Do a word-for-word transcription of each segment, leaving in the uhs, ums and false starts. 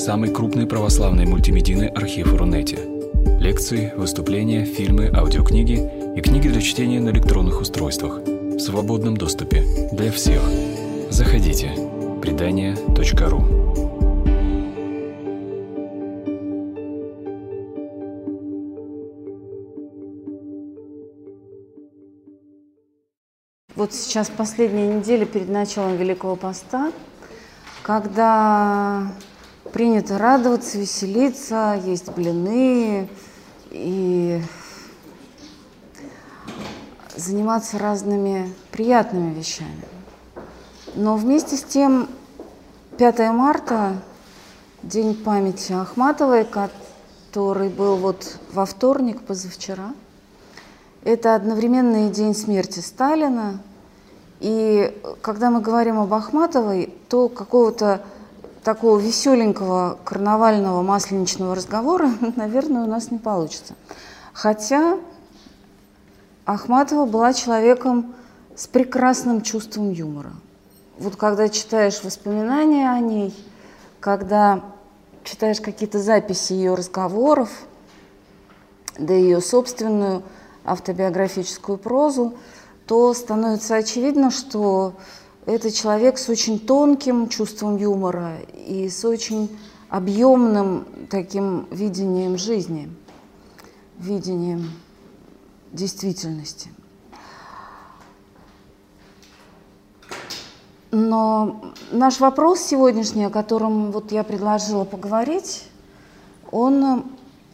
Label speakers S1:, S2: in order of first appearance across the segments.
S1: самый крупный православный мультимедийный архив Рунете. Лекции, выступления, фильмы, аудиокниги и книги для чтения на электронных устройствах в свободном доступе для всех. Заходите. предания точка ру.
S2: Вот сейчас последняя неделя перед началом Великого Поста, когда принято радоваться, веселиться, есть блины и заниматься разными приятными вещами. Но вместе с тем пятое марта, день памяти Ахматовой, который был вот во вторник, позавчера, это одновременно и день смерти Сталина. И когда мы говорим об Ахматовой, то какого-то такого веселенького карнавального масленичного разговора, наверное, у нас не получится. Хотя Ахматова была человеком с прекрасным чувством юмора. Вот когда читаешь воспоминания о ней, когда читаешь какие-то записи ее разговоров, да и ее собственную автобиографическую прозу, то становится очевидно, что это человек с очень тонким чувством юмора и с очень объемным таким видением жизни, видением действительности. Но наш вопрос сегодняшний, о котором вот я предложила поговорить, он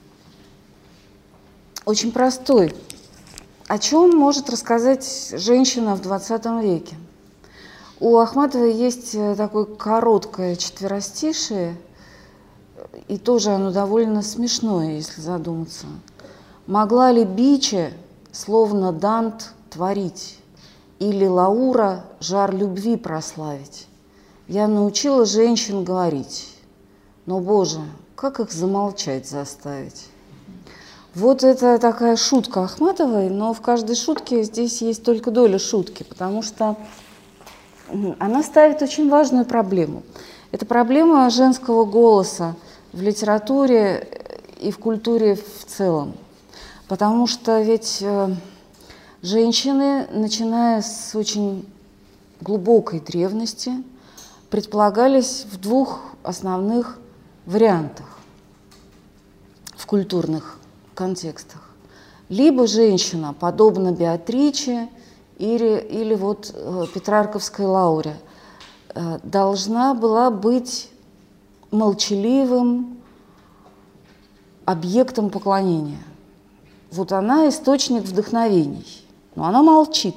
S2: очень простой. О чем может рассказать женщина в двадцатом веке? У Ахматовой есть такое короткое четверостишее, и тоже оно довольно смешное, если задуматься. «Могла ли Биче, словно Дант, творить, или Лаура жар любви прославить? Я научила женщин говорить, но, Боже, как их замолчать заставить?» Вот это такая шутка Ахматовой, но в каждой шутке здесь есть только доля шутки, потому что она ставит очень важную проблему. Это проблема женского голоса в литературе и в культуре в целом. Потому что ведь женщины, начиная с очень глубокой древности, предполагались в двух основных вариантах в культурных контекстах. Либо женщина, подобно Беатриче или, или вот э, петрарковской Лауре, э, должна была быть молчаливым объектом поклонения. Вот она источник вдохновений, но она молчит.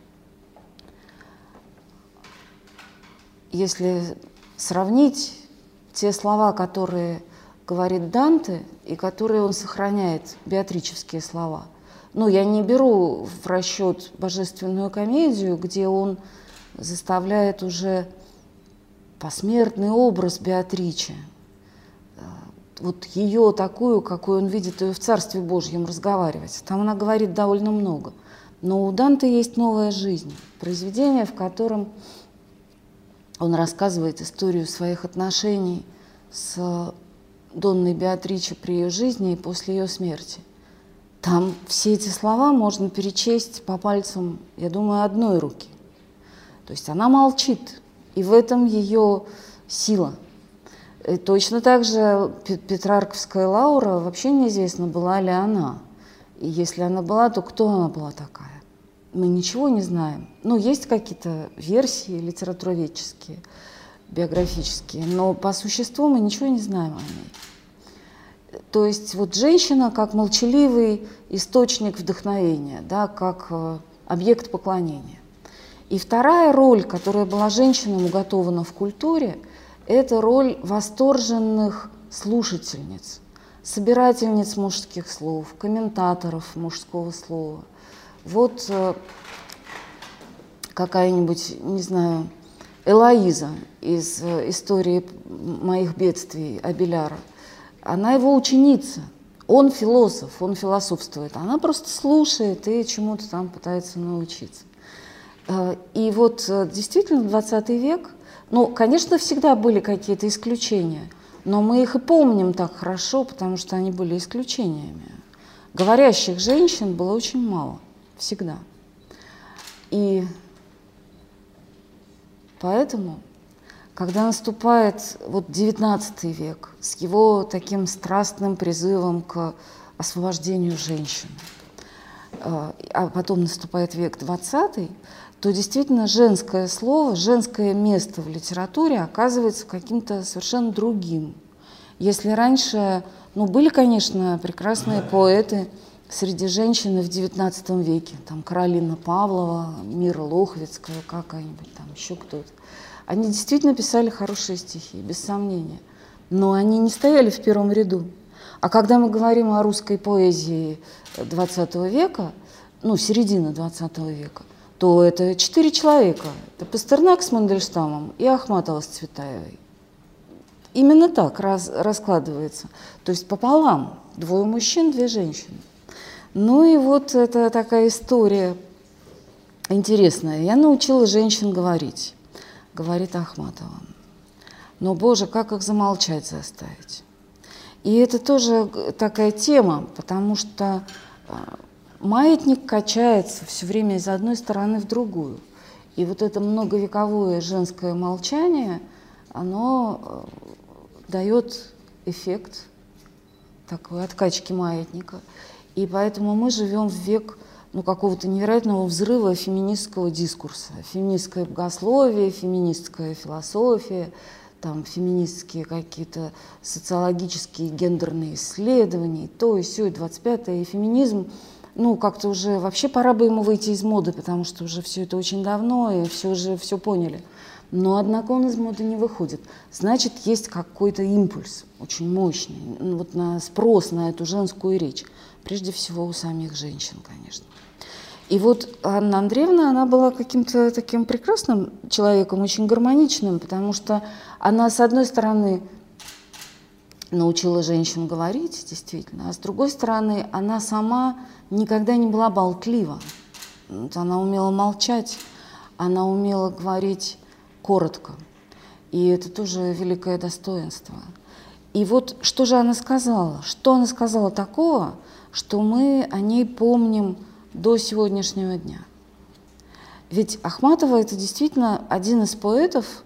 S2: Если сравнить те слова, которые говорит Данте, и которые он сохраняет, беатричевские слова. Ну, я не беру в расчет божественную комедию, где он заставляет уже посмертный образ Беатриче, вот ее такую, какую он видит ее в Царстве Божьем, разговаривать. Там она говорит довольно много. Но у Данте есть «Новая жизнь», произведение, в котором он рассказывает историю своих отношений с Донной Беатриче при ее жизни и после ее смерти. Там все эти слова можно перечесть по пальцам, я думаю, одной руки. То есть она молчит, и в этом ее сила. И точно так же петрарковская Лаура, вообще неизвестно, была ли она. И если она была, то кто она была такая? Мы ничего не знаем. Ну, есть какие-то версии литературоведческие, биографические, но по существу мы ничего не знаем о ней. То есть вот женщина как молчаливый источник вдохновения, да, как э, объект поклонения. И вторая роль, которая была женщинам уготована в культуре, это роль восторженных слушательниц, собирательниц мужских слов, комментаторов мужского слова. Вот э, какая-нибудь, не знаю, Элоиза из э, истории моих бедствий Абеляра. Она его ученица, он философ, он философствует, она просто слушает и чему-то там пытается научиться. И вот действительно двадцатый век, ну, конечно, всегда были какие-то исключения, но мы их и помним так хорошо, потому что они были исключениями. Говорящих женщин было очень мало, всегда. И поэтому, когда наступает вот девятнадцатый век с его таким страстным призывом к освобождению женщин, а потом наступает век двадцатый, то действительно женское слово, женское место в литературе оказывается каким-то совершенно другим. Если раньше, ну, были, конечно, прекрасные поэты среди женщин в девятнадцатом веке, там Каролина Павлова, Мира Лохвицкая, какая-нибудь, там еще кто-то. Они действительно писали хорошие стихи, без сомнения, но они не стояли в первом ряду. А когда мы говорим о русской поэзии двадцатого века, ну, середины двадцатого века, то это четыре человека. Это Пастернак с Мандельштамом и Ахматова с Цветаевой. Именно так раз, раскладывается. То есть пополам. Двое мужчин, две женщины. Ну и вот это такая история интересная. Я научила женщин говорить, говорит Ахматова. Но, Боже, как их замолчать заставить? И это тоже такая тема, потому что маятник качается все время из одной стороны в другую. И вот это многовековое женское молчание, оно дает эффект такой откачки маятника. И поэтому мы живем в век ну, какого-то невероятного взрыва феминистского дискурса. Феминистское богословие, феминистская философия, там, феминистские какие-то социологические гендерные исследования, и то, и сё, и двадцать пятое, и феминизм. Ну, как-то уже вообще пора бы ему выйти из моды, потому что уже все это очень давно, и все уже все поняли. Но, однако, он из моды не выходит. Значит, есть какой-то импульс очень мощный, ну, вот на спрос на эту женскую речь. Прежде всего у самих женщин, конечно. И вот Анна Андреевна, она была каким-то таким прекрасным человеком, очень гармоничным, потому что она, с одной стороны, научила женщин говорить, действительно, а с другой стороны, она сама никогда не была болтлива. Вот она умела молчать, она умела говорить коротко. И это тоже великое достоинство. И вот что же она сказала? Что она сказала такого, что мы о ней помним до сегодняшнего дня? Ведь Ахматова – это действительно один из поэтов,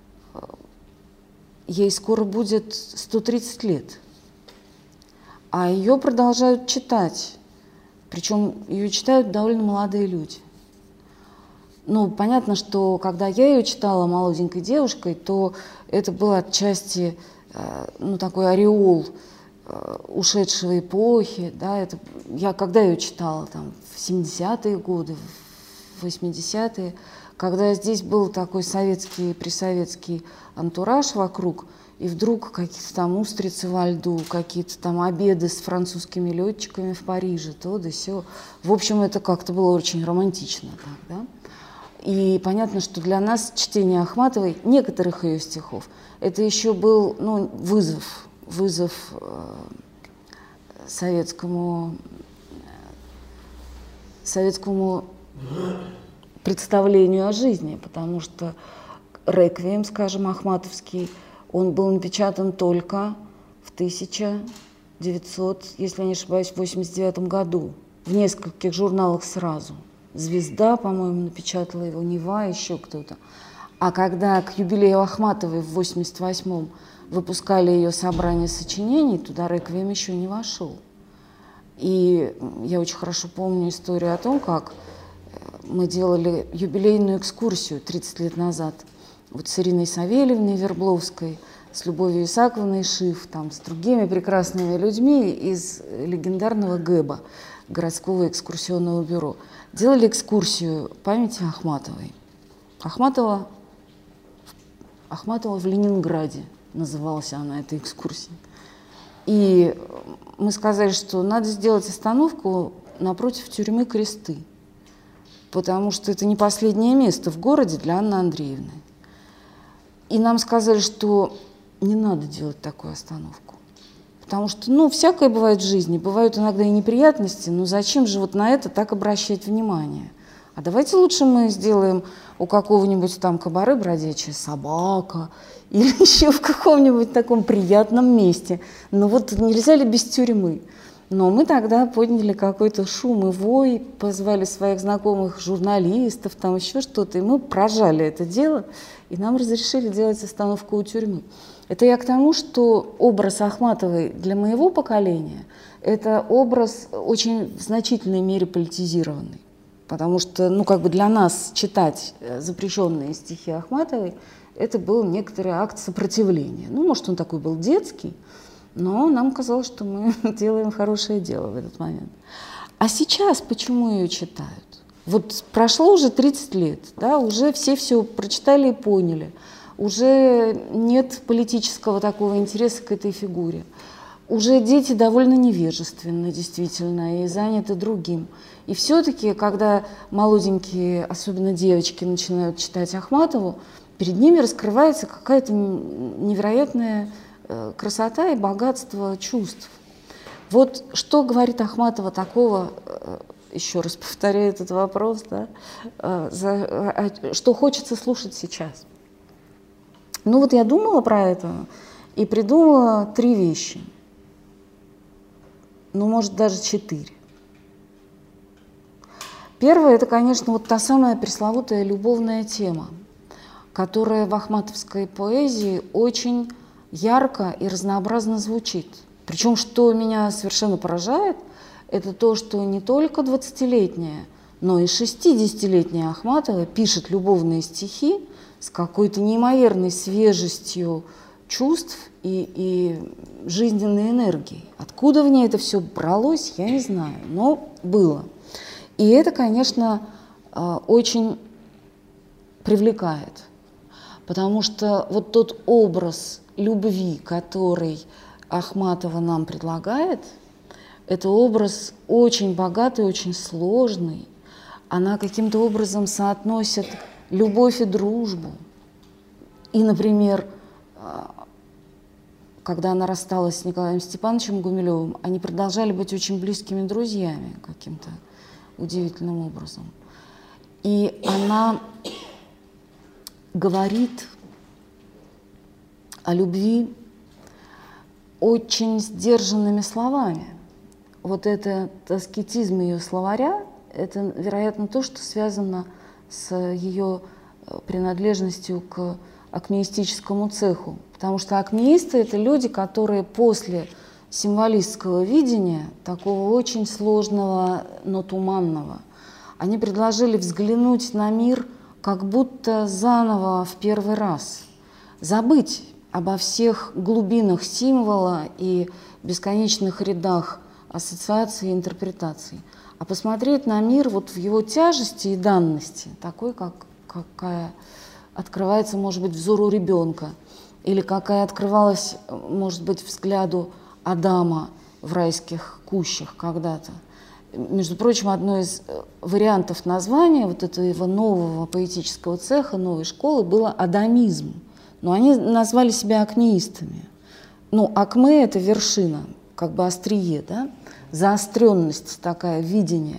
S2: ей скоро будет сто тридцать лет, а ее продолжают читать, причем ее читают довольно молодые люди. Ну, понятно, что когда я ее читала молоденькой девушкой, то это был отчасти ну, такой ореол ушедшей эпохи, да, это, я когда ее читала, там, в семидесятые годы, в восьмидесятые, когда здесь был такой советский, присоветский антураж вокруг, и вдруг какие-то там устрицы во льду, какие-то там обеды с французскими летчиками в Париже, то да сё. В общем, это как-то было очень романтично так, да. И понятно, что для нас чтение Ахматовой, некоторых ее стихов, это еще был, ну, вызов, вызов э, советскому, советскому представлению о жизни, потому что «Реквием», скажем, ахматовский, он был напечатан только в тысяча девятьсот, если я не ошибаюсь, в восемьдесят девятом году, в нескольких журналах сразу. «Звезда», по-моему, напечатала его, «Нева», еще кто-то. А когда к юбилею Ахматовой в восемьдесят восьмом выпускали ее собрание сочинений, туда «Реквием» еще не вошел. И я очень хорошо помню историю о том, как мы делали юбилейную экскурсию тридцать лет назад вот с Ириной Савельевной Вербловской, с Любовью Исааковной Шиф, там, с другими прекрасными людьми из легендарного ГЭБа, городского экскурсионного бюро. Делали экскурсию памяти Ахматовой. Ахматова, Ахматова в Ленинграде называлась она, эта экскурсия. И мы сказали, что надо сделать остановку напротив тюрьмы Кресты, потому что это не последнее место в городе для Анны Андреевны. И нам сказали, что не надо делать такую остановку, потому что, ну, всякое бывает в жизни, бывают иногда и неприятности, но зачем же вот на это так обращать внимание? А давайте лучше мы сделаем у какого-нибудь там кабары бродячая собака или еще в каком-нибудь таком приятном месте. Но вот нельзя ли без тюрьмы? Но мы тогда подняли какой-то шум и вой, позвали своих знакомых журналистов, там еще что-то, и мы прожали это дело, и нам разрешили делать остановку у тюрьмы. Это я к тому, что образ Ахматовой для моего поколения – это образ очень в значительной мере политизированный. Потому что, ну, как бы для нас читать запрещенные стихи Ахматовой – это был некоторый акт сопротивления. Ну, может, он такой был детский, но нам казалось, что мы делаем хорошее дело в этот момент. А сейчас почему ее читают? Вот прошло уже тридцать лет, да, уже все все прочитали и поняли, уже нет политического такого интереса к этой фигуре. Уже дети довольно невежественны, действительно, и заняты другим. И все-таки, когда молоденькие, особенно девочки, начинают читать Ахматову, перед ними раскрывается какая-то невероятная красота и богатство чувств. Вот что говорит Ахматова такого, еще раз повторяю этот вопрос, да, за, что хочется слушать сейчас? Ну вот я думала про это и придумала три вещи. Ну, может, даже четыре. Первое – это, конечно, вот та самая пресловутая любовная тема, которая в ахматовской поэзии очень ярко и разнообразно звучит. Причем, что меня совершенно поражает, это то, что не только двадцатилетняя, но и шестидесятилетняя Ахматова пишет любовные стихи с какой-то неимоверной свежестью чувств и, и жизненной энергией. Откуда в ней это все бралось, я не знаю, но было. И это, конечно, очень привлекает, потому что вот тот образ любви, который Ахматова нам предлагает, это образ очень богатый, очень сложный. Она каким-то образом соотносит любовь и дружбу. И, например, когда она рассталась с Николаем Степановичем Гумилевым, они продолжали быть очень близкими друзьями каким-то удивительным образом. И она говорит о любви очень сдержанными словами. Вот этот аскетизм ее словаря – это, вероятно, то, что связано с ее принадлежностью к акмеистическому цеху. Потому что акмеисты – это люди, которые после символистского видения, такого очень сложного, но туманного, они предложили взглянуть на мир как будто заново в первый раз, забыть обо всех глубинах символа и бесконечных рядах ассоциаций и интерпретаций, а посмотреть на мир вот в его тяжести и данности, такой, как, какая открывается, может быть, взору ребенка, или какая открывалась, может быть, взгляду Адама в райских кущах когда-то. Между прочим, одно из вариантов названия вот этого нового поэтического цеха, новой школы, было адамизм. Но они назвали себя акмеистами. Ну, акме – это вершина, как бы острие, да? Заостренность такая, видение.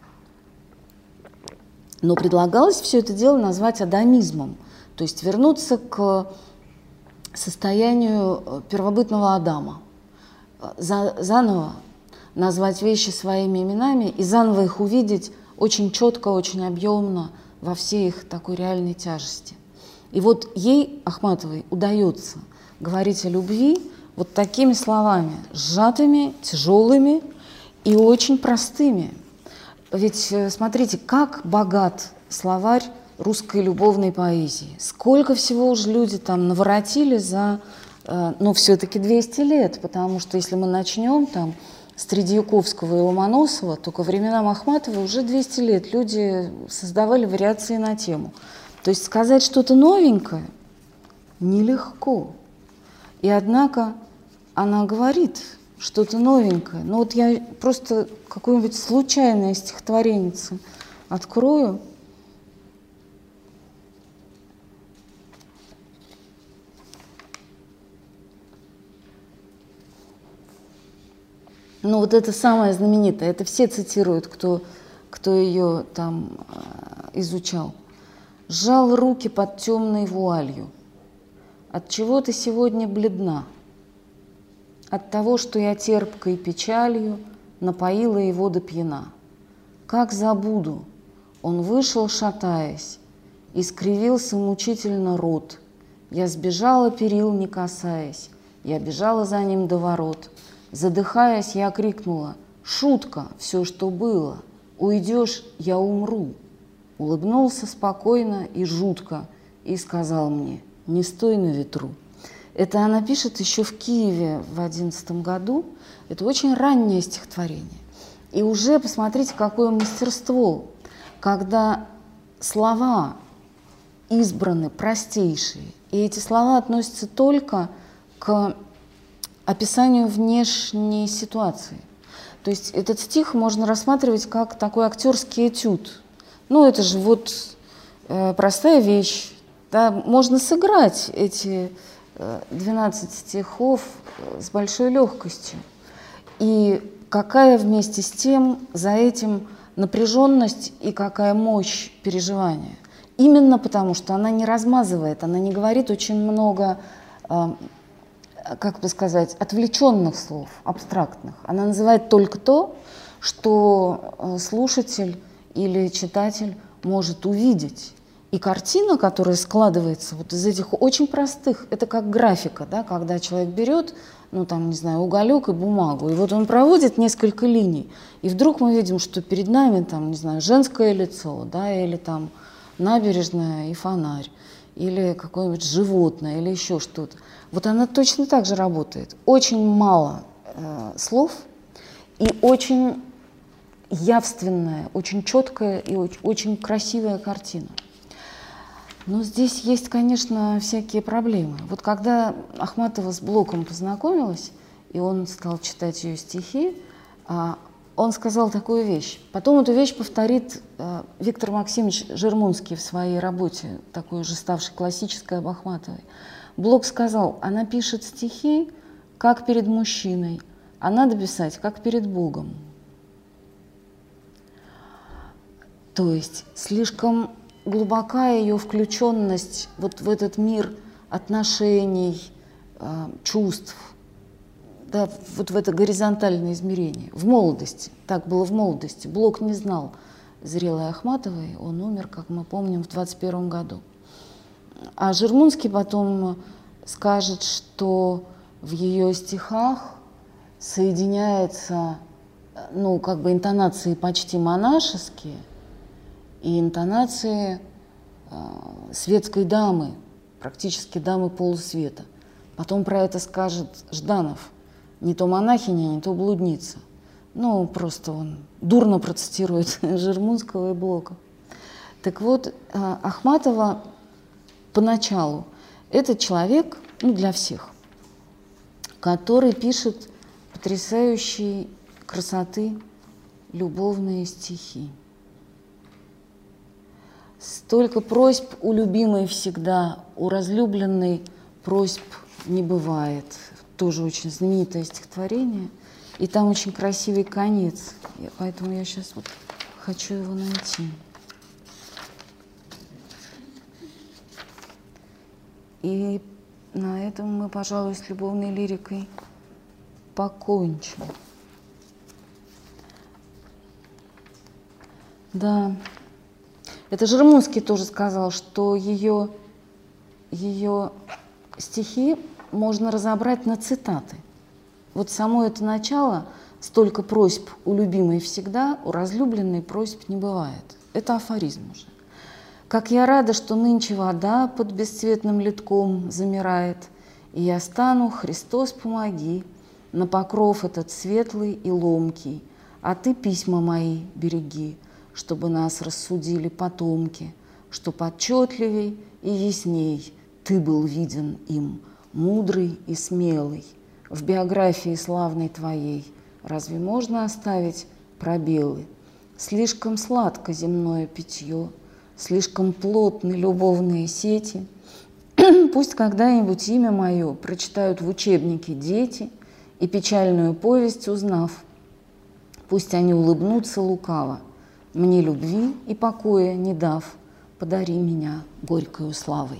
S2: Но предлагалось все это дело назвать адамизмом, то есть вернуться к состоянию первобытного Адама, за, заново назвать вещи своими именами и заново их увидеть очень четко, очень объемно во всей их такой реальной тяжести. И вот ей, Ахматовой, удается говорить о любви вот такими словами, сжатыми, тяжелыми и очень простыми. Ведь смотрите, как богат словарь русской любовной поэзии. Сколько всего уже люди там наворотили за, ну, все-таки двести лет, потому что если мы начнем там с Тредьяковского и Ломоносова, то ко временам Ахматовой уже двести лет люди создавали вариации на тему. То есть сказать что-то новенькое нелегко. И однако она говорит что-то новенькое. Ну вот я просто какое-нибудь случайное стихотворение открою. Ну вот это самое знаменитое, это все цитируют, кто, кто ее там изучал. сжал руки под темной вуалью. Отчего ты сегодня бледна? От того, что я терпкой печалью напоила его до пьяна. Как забуду, он вышел, шатаясь, и скривился мучительно рот. Я сбежала, перил не касаясь, я бежала за ним до ворот. Задыхаясь, я крикнула: «Шутка, все, что было, уйдешь, я умру». Улыбнулся спокойно и жутко и сказал мне: «Не стой на ветру». Это она пишет еще в Киеве в одиннадцатом году. Это очень раннее стихотворение. И уже посмотрите, какое мастерство, когда слова избраны простейшие, и эти слова относятся только к описанию внешней ситуации. То есть этот стих можно рассматривать как такой актерский этюд. Ну, это же вот э, простая вещь. Да? Можно сыграть эти э, двенадцать стихов э, с большой легкостью. И какая вместе с тем за этим напряженность и какая мощь переживания. Именно потому, что она не размазывает, она не говорит очень много, э, как бы сказать, отвлеченных слов, абстрактных. Она называет только то, что э, слушатель или читатель может увидеть. И картина, которая складывается вот из этих очень простых, это как графика, да, когда человек берет, ну там, не знаю, уголек и бумагу, и вот он проводит несколько линий, и вдруг мы видим, что перед нами, там, не знаю, женское лицо, да, или там набережная и фонарь, или какое-нибудь животное, или еще что-то. Вот она точно так же работает. Очень мало э, слов и очень явственная, очень четкая и очень, очень красивая картина. Но здесь есть, конечно, всякие проблемы. Вот когда Ахматова с Блоком познакомилась, и он стал читать ее стихи, он сказал такую вещь. Потом эту вещь повторит Виктор Максимович Жермунский в своей работе, такой уже ставшей классической, об Ахматовой. Блок сказал: она пишет стихи, как перед мужчиной, а надо писать, как перед Богом. То есть слишком глубока ее включенность вот в этот мир отношений, э, чувств, да, вот в это горизонтальное измерение. В молодости, так было в молодости. Блок не знал зрелой Ахматовой, он умер, как мы помним, в двадцать первом году. А Жермунский потом скажет, что в ее стихах соединяется, ну, как бы интонации почти монашеские и интонации э, светской дамы, практически дамы полусвета. Потом про это скажет Жданов. Не то монахиня, не то блудница. Ну, просто он дурно процитирует Жермунского и Блока. Так вот, э, Ахматова поначалу это человек, ну, для всех, который пишет потрясающей красоты любовные стихи. Столько просьб у любимой всегда, у разлюбленной просьб не бывает. Тоже очень знаменитое стихотворение. И там очень красивый конец. Поэтому я сейчас вот хочу его найти. И на этом мы, пожалуй, с любовной лирикой покончим. Да. Это Жермунский тоже сказал, что ее, ее стихи можно разобрать на цитаты. Вот само это начало: столько просьб у любимой всегда, у разлюбленной просьб не бывает. Это афоризм уже. Как я рада, что нынче вода под бесцветным литком замирает, и я стану, Христос, помоги, на покров этот светлый и ломкий, а ты письма мои береги, чтобы нас рассудили потомки, чтоб отчетливей и ясней ты был виден им, мудрый и смелый. В биографии славной твоей разве можно оставить пробелы? Слишком сладко земное питье, слишком плотны любовные сети. Пусть когда-нибудь имя мое прочитают в учебнике дети, и печальную повесть узнав, пусть они улыбнутся лукаво, мне любви и покоя не дав, «Подари меня горькою славой».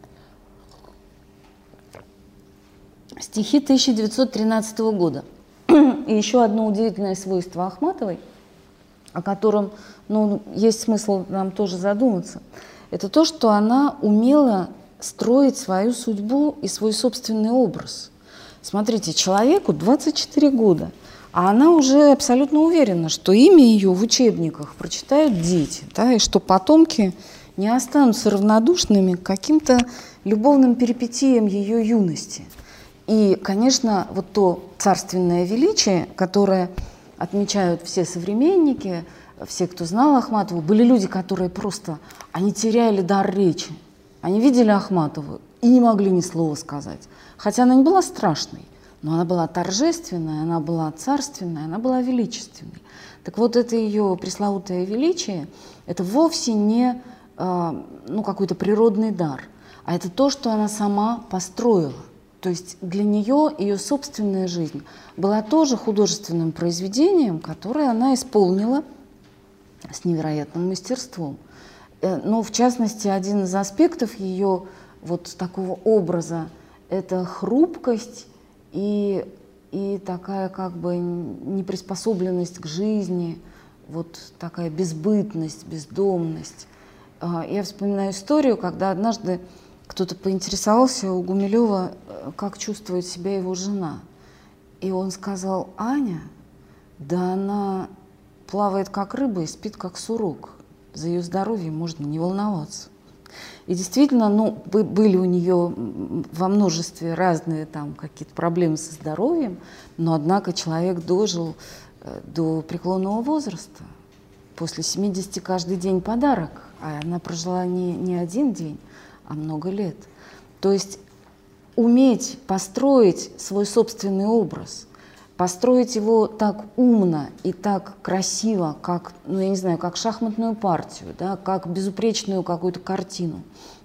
S2: Стихи тысяча девятьсот тринадцатого года. И еще одно удивительное свойство Ахматовой, о котором, ну, есть смысл нам тоже задуматься, это то, что она умела строить свою судьбу и свой собственный образ. Смотрите, человеку двадцать четыре года, а она уже абсолютно уверена, что имя ее в учебниках прочитают дети, да, и что потомки не останутся равнодушными к каким-то любовным перипетиям ее юности. И, конечно, вот то царственное величие, которое отмечают все современники, все, кто знал Ахматову, были люди, которые просто, они теряли дар речи. Они видели Ахматову и не могли ни слова сказать. Хотя она не была страшной, но она была торжественная, она была царственная, она была величественной. Так вот, это ее пресловутое величие, это вовсе не э, ну, какой-то природный дар, а это то, что она сама построила. То есть для нее ее собственная жизнь была тоже художественным произведением, которое она исполнила с невероятным мастерством. Но, в частности, один из аспектов ее вот такого образа – это хрупкость и, и такая как бы неприспособленность к жизни, вот такая безбытность, бездомность. Я вспоминаю историю, когда однажды кто-то поинтересовался у Гумилева, как чувствует себя его жена. И он сказал: «Аня, да она плавает как рыба и спит как сурок. За ее здоровье можно не волноваться». И действительно, ну, были у нее во множестве разные там какие-то проблемы со здоровьем, но однако человек дожил до преклонного возраста. После семидесяти каждый день подарок, а она прожила не, не один день, а много лет. То есть уметь построить свой собственный образ, построить его так умно и так красиво, как, ну, я не знаю, как шахматную партию, да, как безупречную какую-то картину,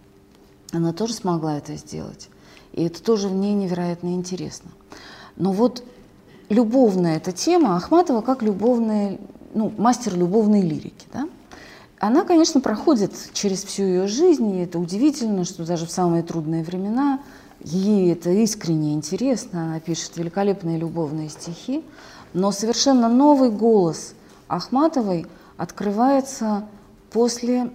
S2: она тоже смогла это сделать. И это тоже в ней невероятно интересно. Но вот любовная эта тема, Ахматова как любовная, ну, мастер любовной лирики, да? Она, конечно, проходит через всю ее жизнь, и это удивительно, что даже в самые трудные времена ей это искренне интересно, она пишет великолепные любовные стихи, но совершенно новый голос Ахматовой открывается после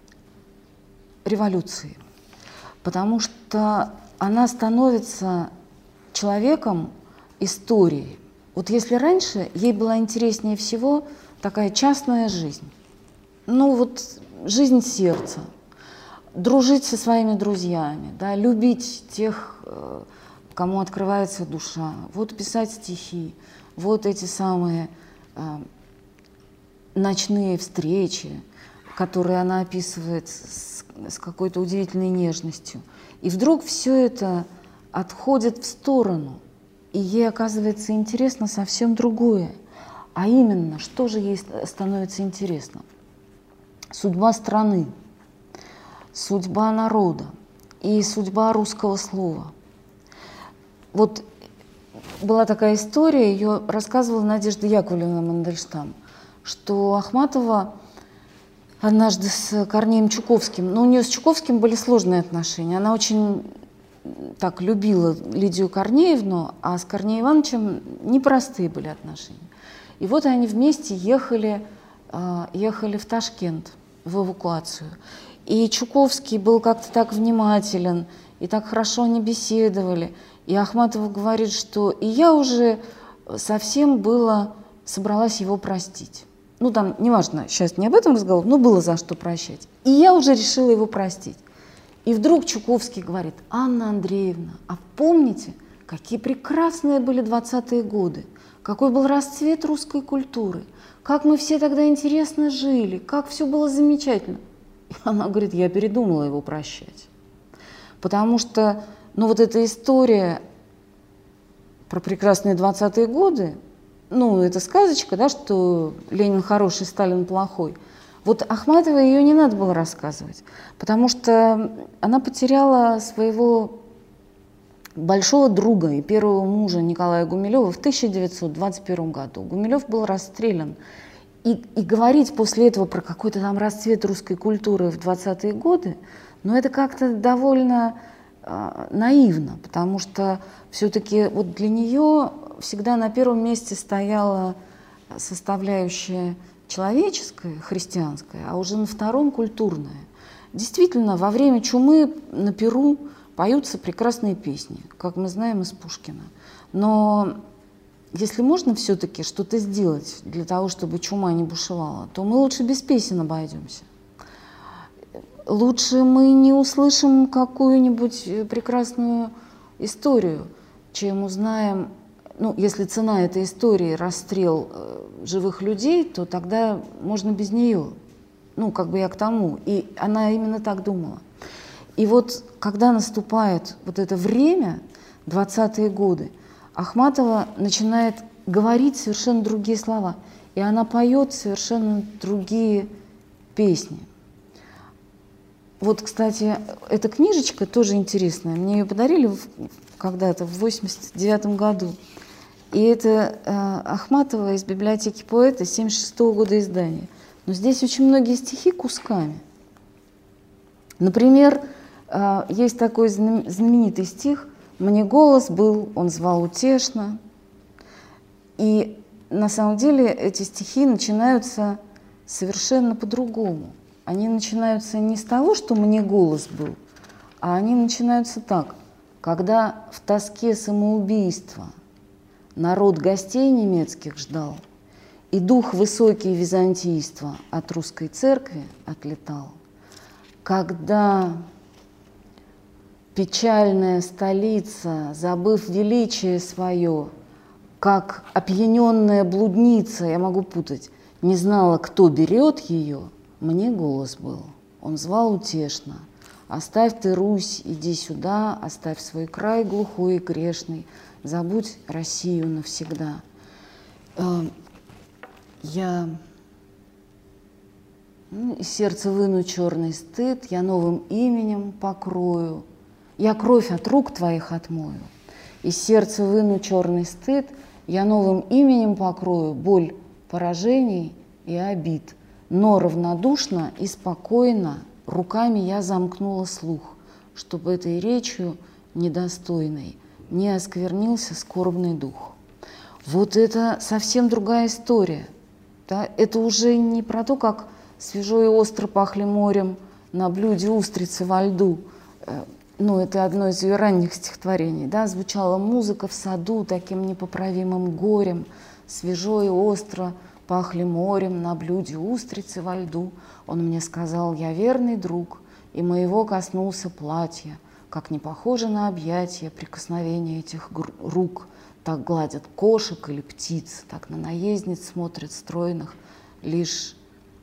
S2: революции, потому что она становится человеком истории. Вот если раньше ей была интереснее всего такая частная жизнь, ну вот жизнь сердца, дружить со своими друзьями, да, любить тех, кому открывается душа, вот писать стихи, вот эти самые э, ночные встречи, которые она описывает с, с какой-то удивительной нежностью. И вдруг все это отходит в сторону, и ей оказывается интересно совсем другое. А именно, что же ей становится интересно? Судьба страны, судьба народа и судьба русского слова. Вот была такая история, ее рассказывала Надежда Яковлевна Мандельштам, что Ахматова однажды с Корнеем Чуковским, но у нее с Чуковским были сложные отношения, она очень так любила Лидию Корнеевну, а с Корнеем Ивановичем непростые были отношения. И вот они вместе ехали, ехали в Ташкент, в эвакуацию. И Чуковский был как-то так внимателен, и так хорошо они беседовали. И Ахматова говорит, что и я уже совсем было собралась его простить. Ну там, неважно, сейчас не об этом разговор, но было за что прощать. И я уже решила его простить. И вдруг Чуковский говорит: Анна Андреевна, а помните, какие прекрасные были двадцатые годы, какой был расцвет русской культуры, как мы все тогда интересно жили, как все было замечательно. И она говорит: я передумала его прощать. Потому что, ну вот эта история про прекрасные двадцатые годы, ну это сказочка, да, что Ленин хороший, Сталин плохой. Вот Ахматова ее не надо было рассказывать, потому что она потеряла своего большого друга и первого мужа Николая Гумилева в тысяча девятьсот двадцать первом году. Гумилев был расстрелян, И, и говорить после этого про какой-то там расцвет русской культуры в двадцатые годы, ну это как-то довольно э, наивно, потому что все-таки вот для нее всегда на первом месте стояла составляющая человеческая, христианская, а уже на втором культурная. Действительно, во время чумы на Перу поются прекрасные песни, как мы знаем из Пушкина. Но если можно все-таки что-то сделать для того, чтобы чума не бушевала, то мы лучше без песен обойдемся. Лучше мы не услышим какую-нибудь прекрасную историю, чем узнаем, ну, если цена этой истории расстрел э, живых людей, то тогда можно без нее. Ну, как бы я к тому. И она именно так думала. И вот когда наступает вот это время, двадцатые годы, Ахматова начинает говорить совершенно другие слова. И она поет совершенно другие песни. Вот, кстати, эта книжечка тоже интересная. Мне ее подарили когда-то в восемьдесят девятом году. И это э, Ахматова из библиотеки поэта семьдесят шестого года издания. Но здесь очень многие стихи кусками. Например, э, есть такой знаменитый стих «Мне голос был, он звал утешно». И на самом деле эти стихи начинаются совершенно по-другому. Они начинаются не с того, что «мне голос был», а они начинаются так. Когда в тоске самоубийства народ гостей немецких ждал, и дух высокий византийства от русской церкви отлетал, когда печальная столица, забыв величие свое, как опьяненная блудница, я могу путать, не знала, кто берет ее, мне голос был, он звал утешно. Оставь ты, Русь, иди сюда, оставь свой край глухой и грешный, забудь Россию навсегда. Я ну, из сердца выну черный стыд, я новым именем покрою, я кровь от рук твоих отмою. Из сердца выну черный стыд, я новым именем покрою боль поражений и обид. Но равнодушно и спокойно руками я замкнула слух, чтобы этой речью недостойной не осквернился скорбный дух. Вот это совсем другая история. Да? Это уже не про то, как свежо и остро пахли морем на блюде устрицы во льду. Ну, это одно из ее ранних стихотворений. Да? Звучала музыка в саду таким непоправимым горем. Свежо и остро пахли морем на блюде устрицы во льду. Он мне сказал, я верный друг, и моего коснулся платья, как не похоже на объятия, прикосновения этих рук. Так гладят кошек или птиц, так на наездниц смотрят стройных, лишь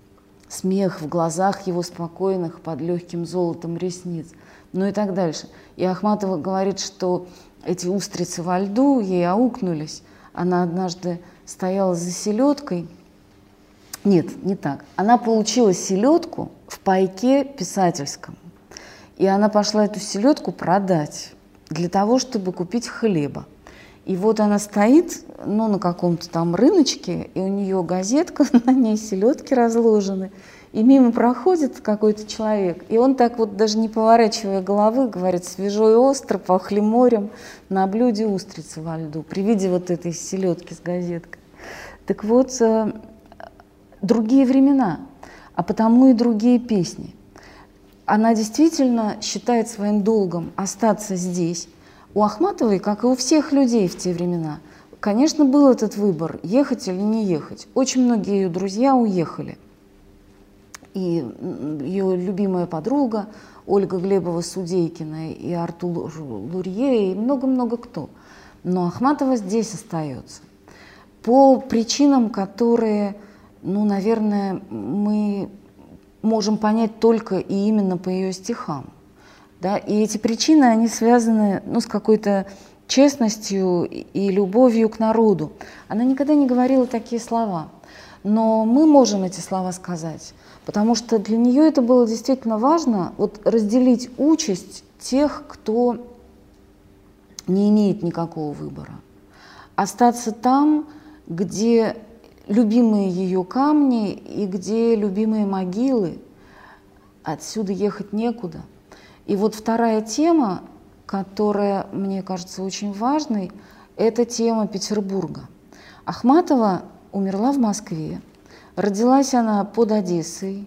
S2: смех в глазах его спокойных под легким золотом ресниц, ну и так дальше. И Ахматова говорит, что эти устрицы во льду ей аукнулись. Она однажды стояла за селедкой. Нет, не так. Она получила селедку в пайке писательском. И она пошла эту селедку продать для того, чтобы купить хлеба. И вот она стоит, ну, на каком-то там рыночке, и у нее газетка, на ней селедки разложены, и мимо проходит какой-то человек, и он так вот, даже не поворачивая головы, говорит, свежо и остро пахли морем на блюде устрицы во льду, при виде вот этой селедки с газеткой. Так вот, э, другие времена, а потому и другие песни. Она действительно считает своим долгом остаться здесь. У Ахматовой, как и у всех людей в те времена, конечно, был этот выбор, ехать или не ехать. Очень многие ее друзья уехали. И ее любимая подруга Ольга Глебова-Судейкина, и Артур Лурье, и много-много кто. Но Ахматова здесь остается. По причинам, которые, ну, наверное, мы можем понять только и именно по ее стихам. Да? И эти причины, они связаны, ну, с какой-то честностью и любовью к народу. Она никогда не говорила такие слова, но мы можем эти слова сказать, потому что для нее это было действительно важно, вот разделить участь тех, кто не имеет никакого выбора. Остаться там, где любимые ее камни и где любимые могилы. Отсюда ехать некуда. И вот вторая тема, которая, мне кажется, очень важной, это тема Петербурга. Ахматова умерла в Москве. Родилась она под Одессой.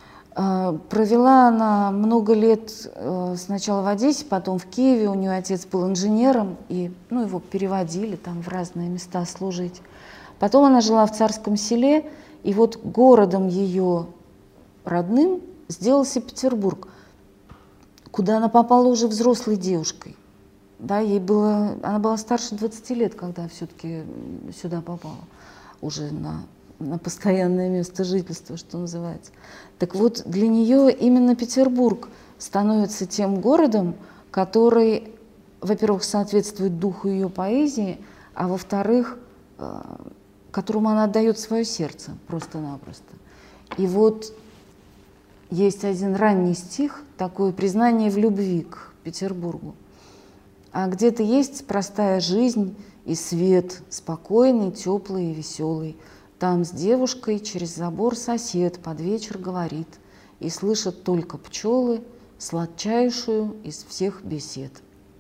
S2: Провела она много лет сначала в Одессе, потом в Киеве. У нее отец был инженером, и ну, его переводили там в разные места служить. Потом она жила в Царском Селе, и вот городом ее родным сделался Петербург, куда она попала уже взрослой девушкой. Да, ей было, она была старше двадцати лет, когда все-таки сюда попала, уже на, на постоянное место жительства, что называется. Так вот, для нее именно Петербург становится тем городом, который, во-первых, соответствует духу ее поэзии, а во-вторых, которому она отдает свое сердце просто-напросто. И вот есть один ранний стих, такое признание в любви к Петербургу. А где-то есть простая жизнь и свет, спокойный, теплый и веселый. Там с девушкой через забор сосед под вечер говорит, и слышат только пчелы сладчайшую из всех бесед.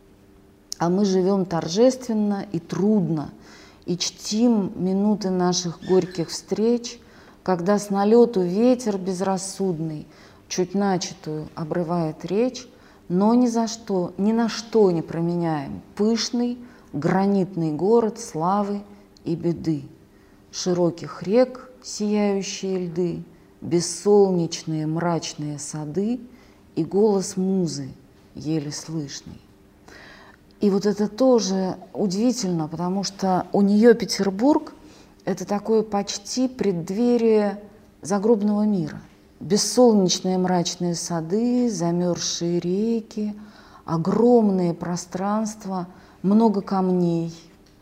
S2: А мы живем торжественно и трудно, и чтим минуты наших горьких встреч, когда с налету ветер безрассудный чуть начатую обрывает речь, но ни за что, ни на что не променяем пышный гранитный город славы и беды, широких рек сияющие льды, бессолнечные мрачные сады и голос музы еле слышный. И вот это тоже удивительно, потому что у нее Петербург – это такое почти преддверие загробного мира. Бессолнечные мрачные сады, замерзшие реки, огромные пространства, много камней,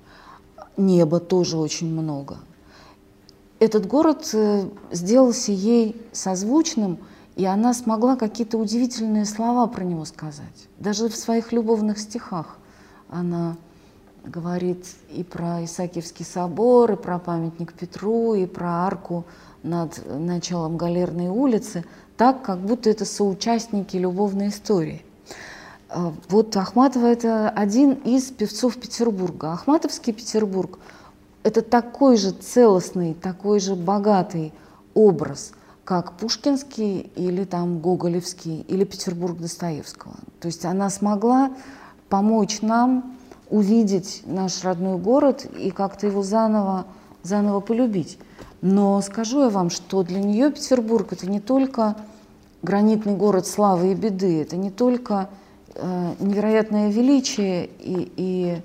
S2: неба тоже очень много. Этот город сделался ей созвучным, и она смогла какие-то удивительные слова про него сказать. Даже в своих любовных стихах она говорит и про Исаакиевский собор, и про памятник Петру, и про арку над началом Галерной улицы, так, как будто это соучастники любовной истории. Вот Ахматова – это один из певцов Петербурга. Ахматовский Петербург – это такой же целостный, такой же богатый образ, как пушкинский или там гоголевский, или Петербург Достоевского. То есть она смогла помочь нам увидеть наш родной город и как-то его заново, заново полюбить. Но скажу я вам, что для нее Петербург – это не только гранитный город славы и беды, это не только э, невероятное величие и, и,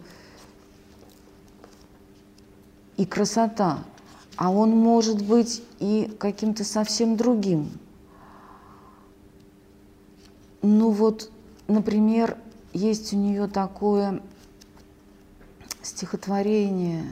S2: и красота, а он может быть и каким-то совсем другим. Ну вот, например, есть у нее такое стихотворение,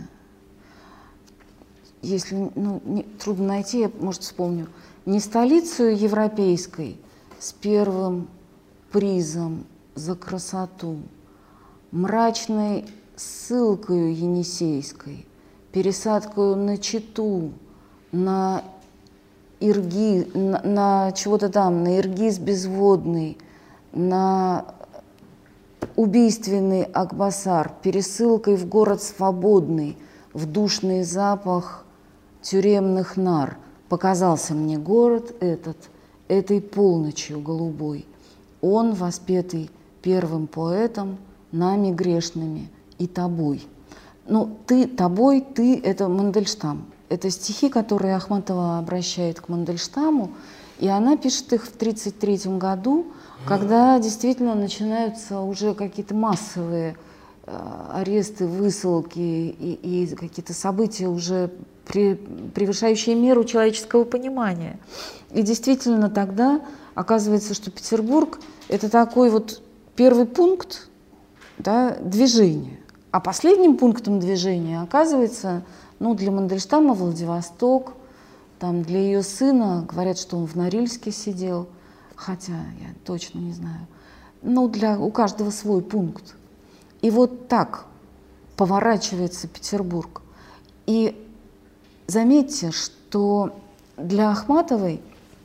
S2: если ну, не, трудно найти, я, может, вспомню. «Не столицею европейской с первым призом за красоту, мрачной ссылкою енисейской, пересадкою на Читу, на Ирги, на, на чего-то там, на Иргиз безводный, на убийственный Акбасар, пересылкой в город свободный, в душный запах тюремных нар, показался мне город этот, этой полночью голубой. Он, воспетый первым поэтом, нами грешными и тобой». Ну, ты, тобой, ты – это Мандельштам. Это стихи, которые Ахматова обращает к Мандельштаму, и она пишет их в тридцать третьем году, когда действительно начинаются уже какие-то массовые аресты, высылки и, и какие-то события, уже при, превышающие меру человеческого понимания. И действительно тогда оказывается, что Петербург – это такой вот первый пункт, да, движения. А последним пунктом движения оказывается, ну, для Мандельштама Владивосток, там для ее сына говорят, что он в Норильске сидел, хотя я точно не знаю. Ну, для, у каждого свой пункт. И вот так поворачивается Петербург. И заметьте, что для Ахматовой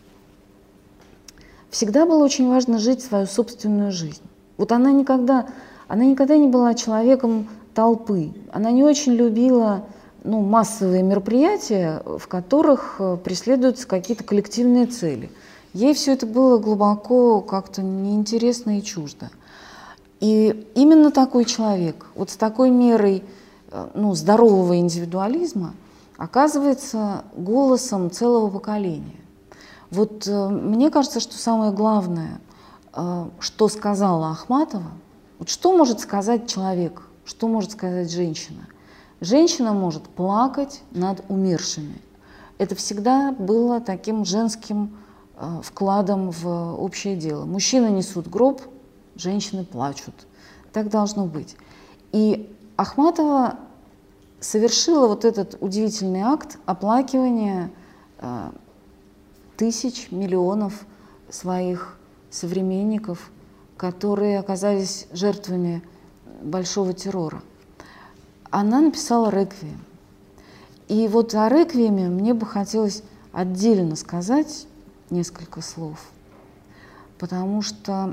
S2: всегда было очень важно жить свою собственную жизнь. Вот она никогда, она никогда не была человеком толпы. Она не очень любила ну, массовые мероприятия, в которых преследуются какие-то коллективные цели. Ей все это было глубоко как-то неинтересно и чуждо. И именно такой человек, вот с такой мерой ну, здорового индивидуализма, оказывается голосом целого поколения. Вот э, мне кажется, что самое главное, э, что сказала Ахматова, вот что может сказать человек, что может сказать женщина? Женщина может плакать над умершими. Это всегда было таким женским э, вкладом в общее дело. Мужчины несут гроб, женщины плачут. Так должно быть. И Ахматова совершила вот этот удивительный акт оплакивания э, тысяч, миллионов своих современников, которые оказались жертвами большого террора. Она написала реквием. И вот о реквиеме мне бы хотелось отдельно сказать несколько слов, потому что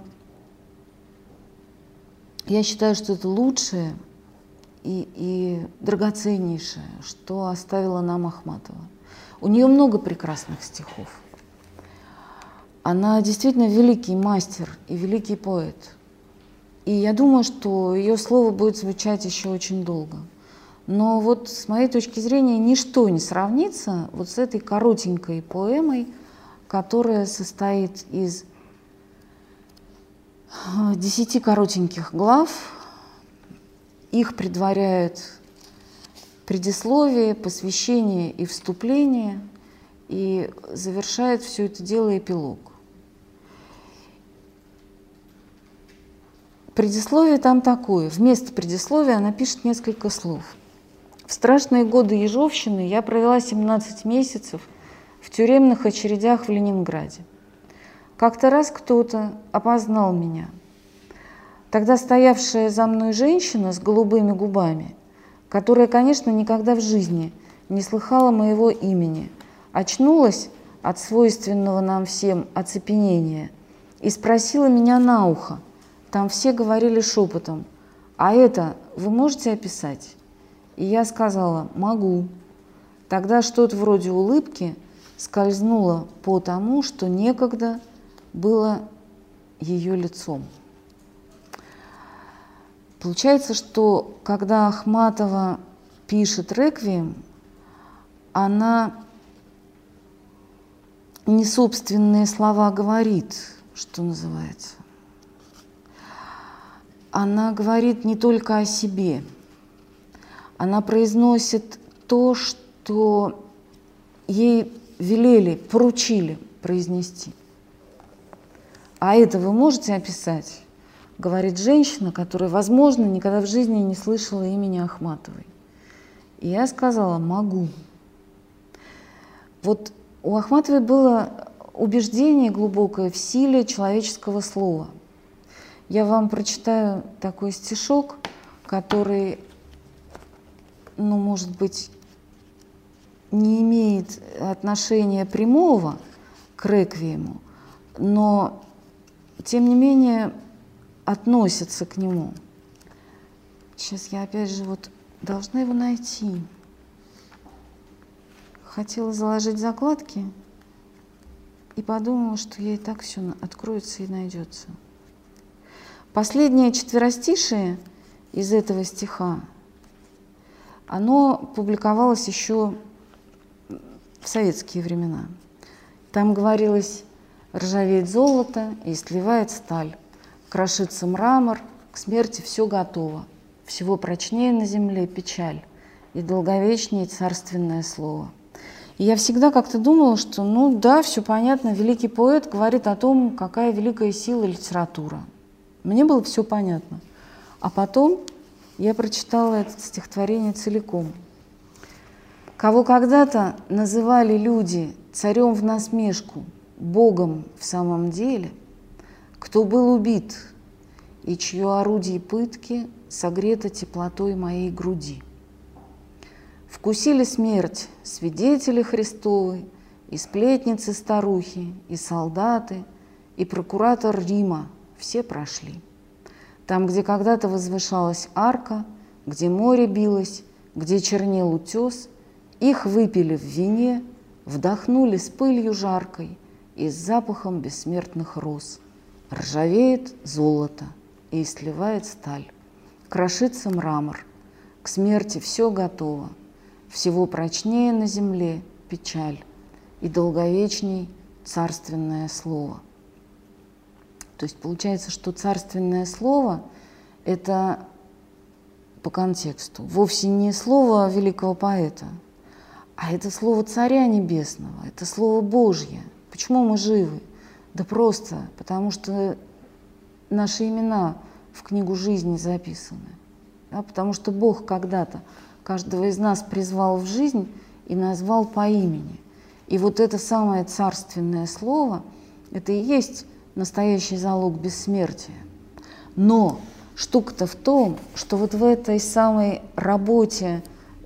S2: я считаю, что это лучшее и, и драгоценнейшее, что оставила нам Ахматова. У нее много прекрасных стихов. Она действительно великий мастер и великий поэт. И я думаю, что ее слово будет звучать еще очень долго. Но вот с моей точки зрения ничто не сравнится вот с этой коротенькой поэмой, которая состоит из десяти коротеньких глав. Их предваряют предисловие, посвящение и вступление, и завершает все это дело эпилог. Предисловие там такое. Вместо предисловия она пишет несколько слов. В страшные годы ежовщины я провела семнадцать месяцев в тюремных очередях в Ленинграде. Как-то раз кто-то опознал меня. Тогда стоявшая за мной женщина с голубыми губами, которая, конечно, никогда в жизни не слыхала моего имени, очнулась от свойственного нам всем оцепенения и спросила меня на ухо. Там все говорили шепотом: «А это вы можете описать?» И я сказала: «Могу». Тогда что-то вроде улыбки скользнуло по тому, что некогда было ее лицом. Получается, что когда Ахматова пишет реквием, она не собственные слова говорит, что называется. Она говорит не только о себе. Она произносит то, что ей велели, поручили произнести. «А это вы можете описать?» — говорит женщина, которая, возможно, никогда в жизни не слышала имени Ахматовой. И я сказала: «Могу». Вот у Ахматовой было убеждение глубокое в силе человеческого слова. Я вам прочитаю такой стишок, который, ну, может быть, не имеет отношения прямого к реквиему, но, тем не менее, относится к нему. Сейчас я опять же вот должна его найти. Хотела заложить закладки и подумала, что ей так все откроется и найдется. Последнее четверостишее из этого стиха, оно публиковалось еще в советские времена. Там говорилось: ржавеет золото и сливает сталь, крошится мрамор, к смерти все готово, всего прочнее на земле печаль и долговечнее царственное слово. И я всегда как-то думала, что ну да, все понятно, великий поэт говорит о том, какая великая сила литература. Мне было все понятно. А потом я прочитала это стихотворение целиком. Кого когда-то называли люди царем в насмешку, Богом в самом деле, кто был убит и чье орудие пытки согрето теплотой моей груди. В Вкусили смерть свидетели Христовы, и сплетницы старухи, и солдаты, и прокуратор Рима, все прошли. Там, где когда-то возвышалась арка, где море билось, где чернел утес, их выпили в вине, вдохнули с пылью жаркой и с запахом бессмертных роз. Ржавеет золото и сливает сталь, крошится мрамор, к смерти все готово, всего прочнее на земле печаль и долговечней царственное слово. То есть получается, что царственное слово – это по контексту вовсе не слово великого поэта, а это слово Царя Небесного, это слово Божье. Почему мы живы? Да просто потому, что наши имена в книгу жизни записаны. Да? Потому что Бог когда-то каждого из нас призвал в жизнь и назвал по имени. И вот это самое царственное слово – это и есть настоящий залог бессмертия. Но штука-то в том, что вот в этой самой работе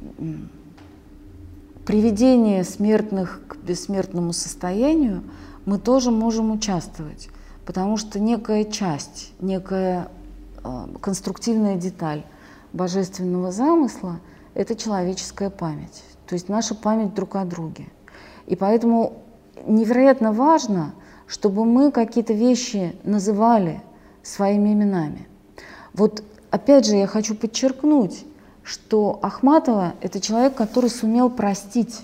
S2: приведения смертных к бессмертному состоянию мы тоже можем участвовать, потому что некая часть, некая э, конструктивная деталь божественного замысла – это человеческая память, то есть наша память друг о друге. И поэтому невероятно важно, чтобы мы какие-то вещи называли своими именами. Вот опять же я хочу подчеркнуть, что Ахматова – это человек, который сумел простить.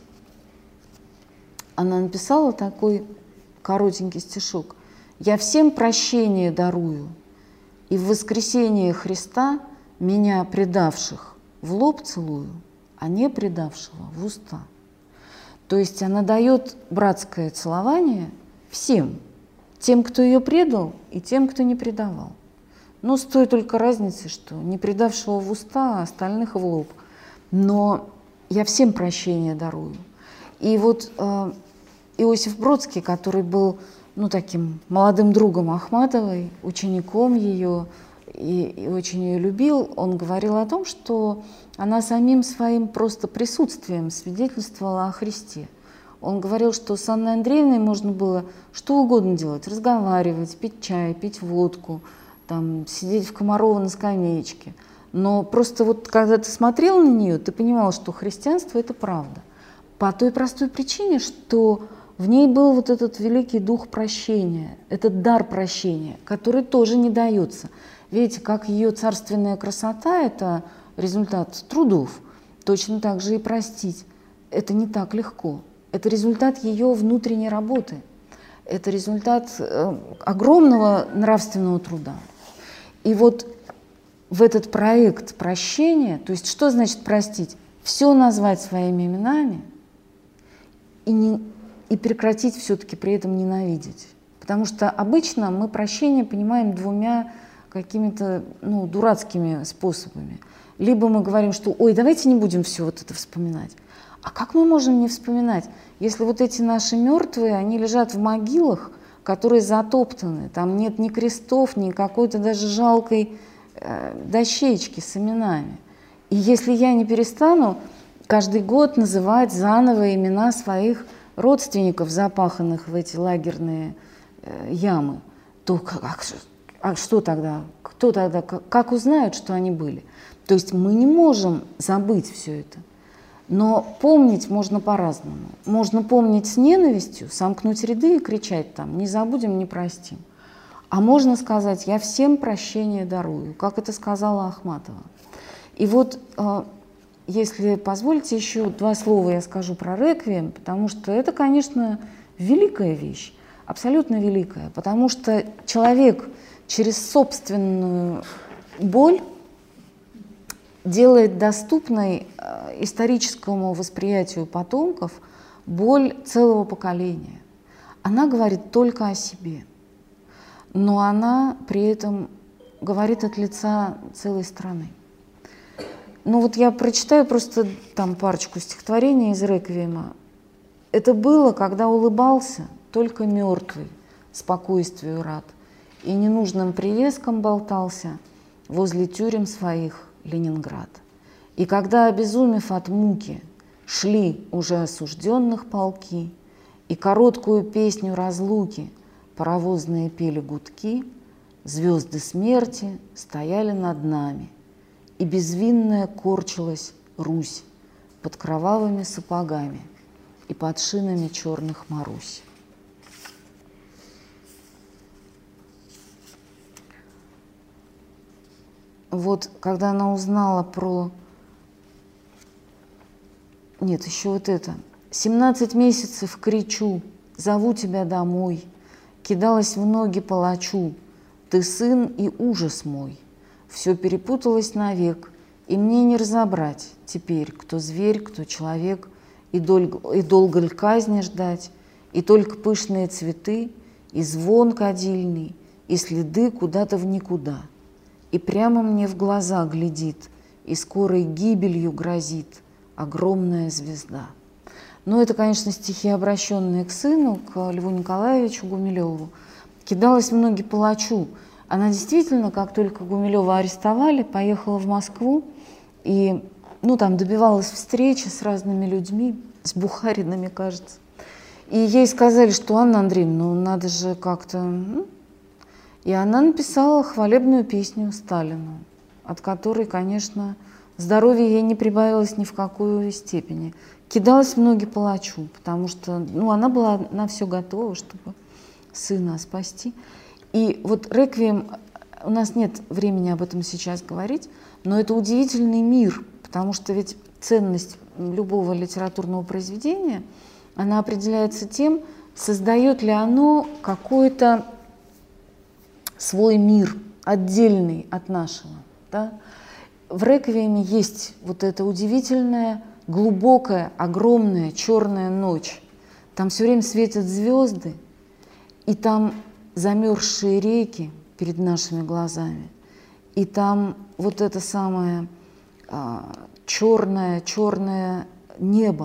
S2: Она написала такой коротенький стишок: «Я всем прощение дарую, и в воскресение Христа меня предавших в лоб целую, а не предавшего в уста». То есть она дает братское целование всем, тем, кто ее предал, и тем, кто не предавал. Но с той только разницей, что не предавшего в уста, а остальных в лоб. Но я всем прощение дарую. И вот э, Иосиф Бродский, который был ну, таким молодым другом Ахматовой, учеником ее, и, и очень ее любил, он говорил о том, что она самим своим просто присутствием свидетельствовала о Христе. Он говорил, что с Анной Андреевной можно было что угодно делать: разговаривать, пить чай, пить водку, там, сидеть в Комарова на скамеечке. Но просто вот когда ты смотрел на нее, ты понимал, что христианство – это правда. По той простой причине, что в ней был вот этот великий дух прощения, этот дар прощения, который тоже не дается. Видите, как ее царственная красота – это результат трудов, точно так же и простить – это не так легко. Это результат ее внутренней работы, это результат э, огромного нравственного труда. И вот в этот проект прощения, то есть что значит простить? Все назвать своими именами и, не, и прекратить все-таки при этом ненавидеть. Потому что обычно мы прощение понимаем двумя какими-то ну, дурацкими способами. Либо мы говорим, что ой, давайте не будем все вот это вспоминать. А как мы можем не вспоминать, если вот эти наши мертвые, они лежат в могилах, которые затоптаны, там нет ни крестов, ни какой-то даже жалкой э, дощечки с именами. И если я не перестану каждый год называть заново имена своих родственников, запаханных в эти лагерные э, ямы, то как, а что тогда? Кто тогда? Как, как узнают, что они были? То есть мы не можем забыть все это. Но помнить можно по-разному. Можно помнить с ненавистью, сомкнуть ряды и кричать там «не забудем, не простим». А можно сказать «я всем прощение дарую», как это сказала Ахматова. И вот, если позволите, еще два слова я скажу про реквием, потому что это, конечно, великая вещь, абсолютно великая, потому что человек через собственную боль делает доступной историческому восприятию потомков боль целого поколения. Она говорит только о себе, но она при этом говорит от лица целой страны. Ну вот я прочитаю просто там парочку стихотворений из «Реквиема». Это было, когда улыбался только мертвый, спокойствию рад, и ненужным привеском болтался возле тюрем своих Ленинград. И когда, обезумев от муки, шли уже осужденных полки, и короткую песню разлуки паровозные пели гудки, звезды смерти стояли над нами, и безвинная корчилась Русь под кровавыми сапогами и под шинами черных Марусь. Вот когда она узнала про... Нет, еще вот это. «Семнадцать месяцев кричу, зову тебя домой, кидалась в ноги палачу, ты сын и ужас мой. Все перепуталось навек, и мне не разобрать теперь, кто зверь, кто человек, и, долго, и долго ль казни ждать, и только пышные цветы, и звон кадильный, и следы куда-то в никуда. И прямо мне в глаза глядит, и скорой гибелью грозит огромная звезда». Ну, это, конечно, стихи, обращенные к сыну, к Льву Николаевичу Гумилеву. «Кидалась в ноги палачу». Она действительно, как только Гумилева арестовали, поехала в Москву и, ну, там добивалась встречи с разными людьми, с Бухаринами, кажется. И ей сказали, что Анна Андреевна, ну, надо же как-то... Ну. И она написала хвалебную песню Сталину, от которой, конечно, здоровье ей не прибавилось ни в какую степени. Кидалась в ноги палачу, потому что, ну, она была на все готова, чтобы сына спасти. И вот «Реквием», у нас нет времени об этом сейчас говорить, но это удивительный мир, потому что ведь ценность любого литературного произведения, она определяется тем, создает ли оно какой-то свой мир, отдельный от нашего. Да? В «Реквиеме» есть вот это удивительное, глубокая, огромная черная ночь. Там все время светят звезды, и там замерзшие реки перед нашими глазами, и там вот это самое а, черное, черное небо,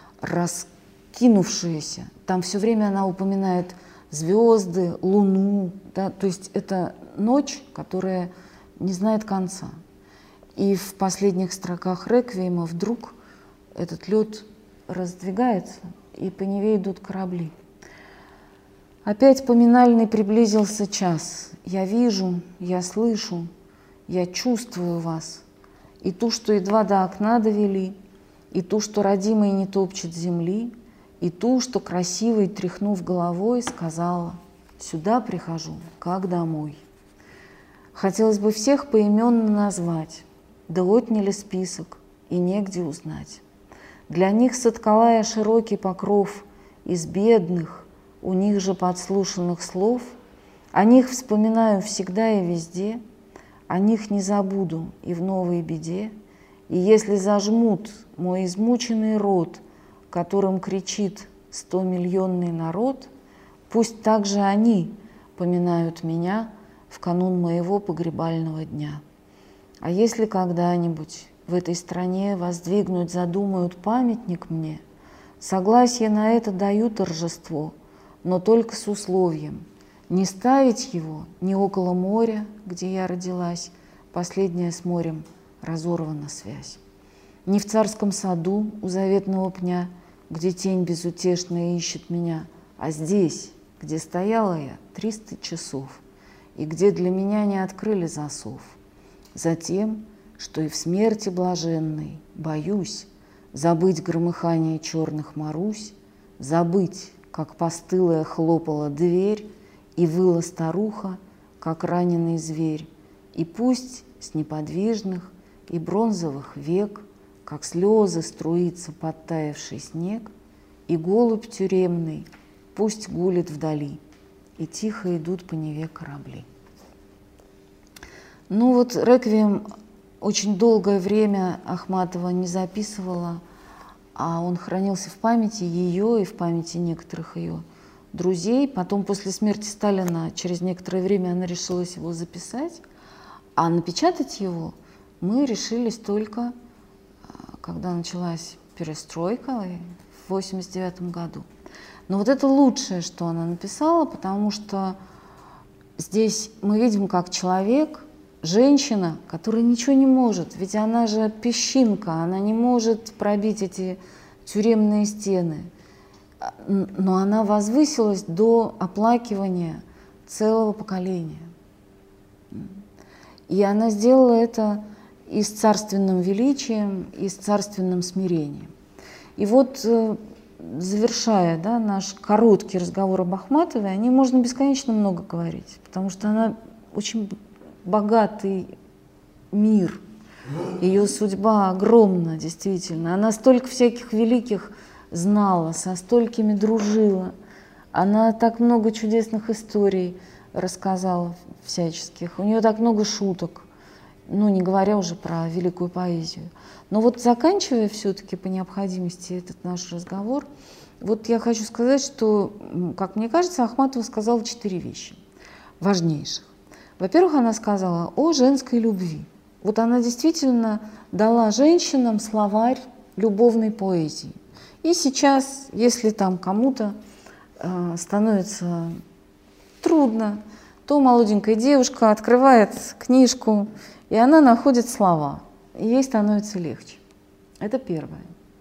S2: раскинувшееся. Там все время она упоминает звезды, луну, да? То есть это ночь, которая не знает конца. И в последних строках «Реквиема» вдруг этот лед раздвигается, и по Неве идут корабли. Опять поминальный приблизился час. Я вижу, я слышу, я чувствую вас. И ту, что едва до окна довели, и ту, что родимой не топчет земли, и ту, что красивой, тряхнув головой, сказала: «Сюда прихожу, как домой». Хотелось бы всех поименно назвать, да отняли список, и негде узнать. Для них соткала я широкий покров из бедных, у них же подслушанных слов. О них вспоминаю всегда и везде, о них не забуду и в новой беде. И если зажмут мой измученный рот, которым кричит стомиллионный народ, пусть также они поминают меня в канун моего погребального дня. А если когда-нибудь в этой стране воздвигнуть задумают памятник мне, согласие на это даю торжество, но только с условием не ставить его ни около моря, где я родилась, последняя с морем разорвана связь, ни в царском саду у заветного пня, где тень безутешная ищет меня, а здесь, где стояла я триста часов, и где для меня не открыли засов. Затем, что и в смерти блаженной боюсь забыть громыхание черных Марусь, забыть, как постылая хлопала дверь и выла старуха, как раненый зверь, и пусть с неподвижных и бронзовых век, как слезы струится подтаявший снег, и голубь тюремный пусть гулит вдали, и тихо идут по Неве корабли. Ну вот «Реквием» очень долгое время Ахматова не записывала, а он хранился в памяти ее и в памяти некоторых ее друзей. Потом, после смерти Сталина, через некоторое время она решилась его записать, а напечатать его мы решились только, когда началась перестройка в восемьдесят девятом году. Но вот это лучшее, что она написала, потому что здесь мы видим, как человек, женщина, которая ничего не может, ведь она же песчинка, она не может пробить эти тюремные стены. Но она возвысилась до оплакивания целого поколения. И она сделала это и с царственным величием, и с царственным смирением. И вот, завершая, да, наш короткий разговор об Ахматовой, о ней можно бесконечно много говорить, потому что она очень богатый мир, ее судьба огромна, действительно. Она столько всяких великих знала, со столькими дружила. Она так много чудесных историй рассказала всяческих. У нее так много шуток, ну, не говоря уже про великую поэзию. Но вот заканчивая все-таки по необходимости этот наш разговор, вот я хочу сказать, что, как мне кажется, Ахматова сказала четыре вещи важнейших. Во-первых, она сказала о женской любви. Вот она действительно дала женщинам словарь любовной поэзии. И сейчас, если там кому-то э, становится трудно, то молоденькая девушка открывает книжку, и она находит слова, и ей становится легче. Это первое.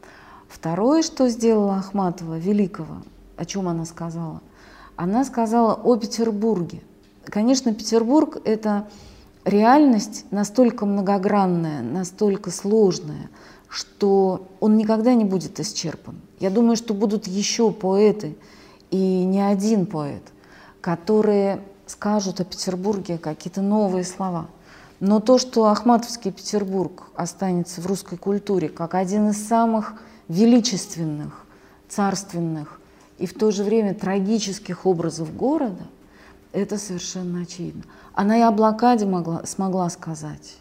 S2: Второе, что сделала Ахматова великого, о чем она сказала, она сказала о Петербурге. Конечно, Петербург — это реальность настолько многогранная, настолько сложная, что он никогда не будет исчерпан. Я думаю, что будут еще поэты, и не один поэт, которые скажут о Петербурге какие-то новые слова. Но то, что ахматовский Петербург останется в русской культуре как один из самых величественных, царственных и в то же время трагических образов города, это совершенно очевидно. Она и о блокаде могла, смогла сказать.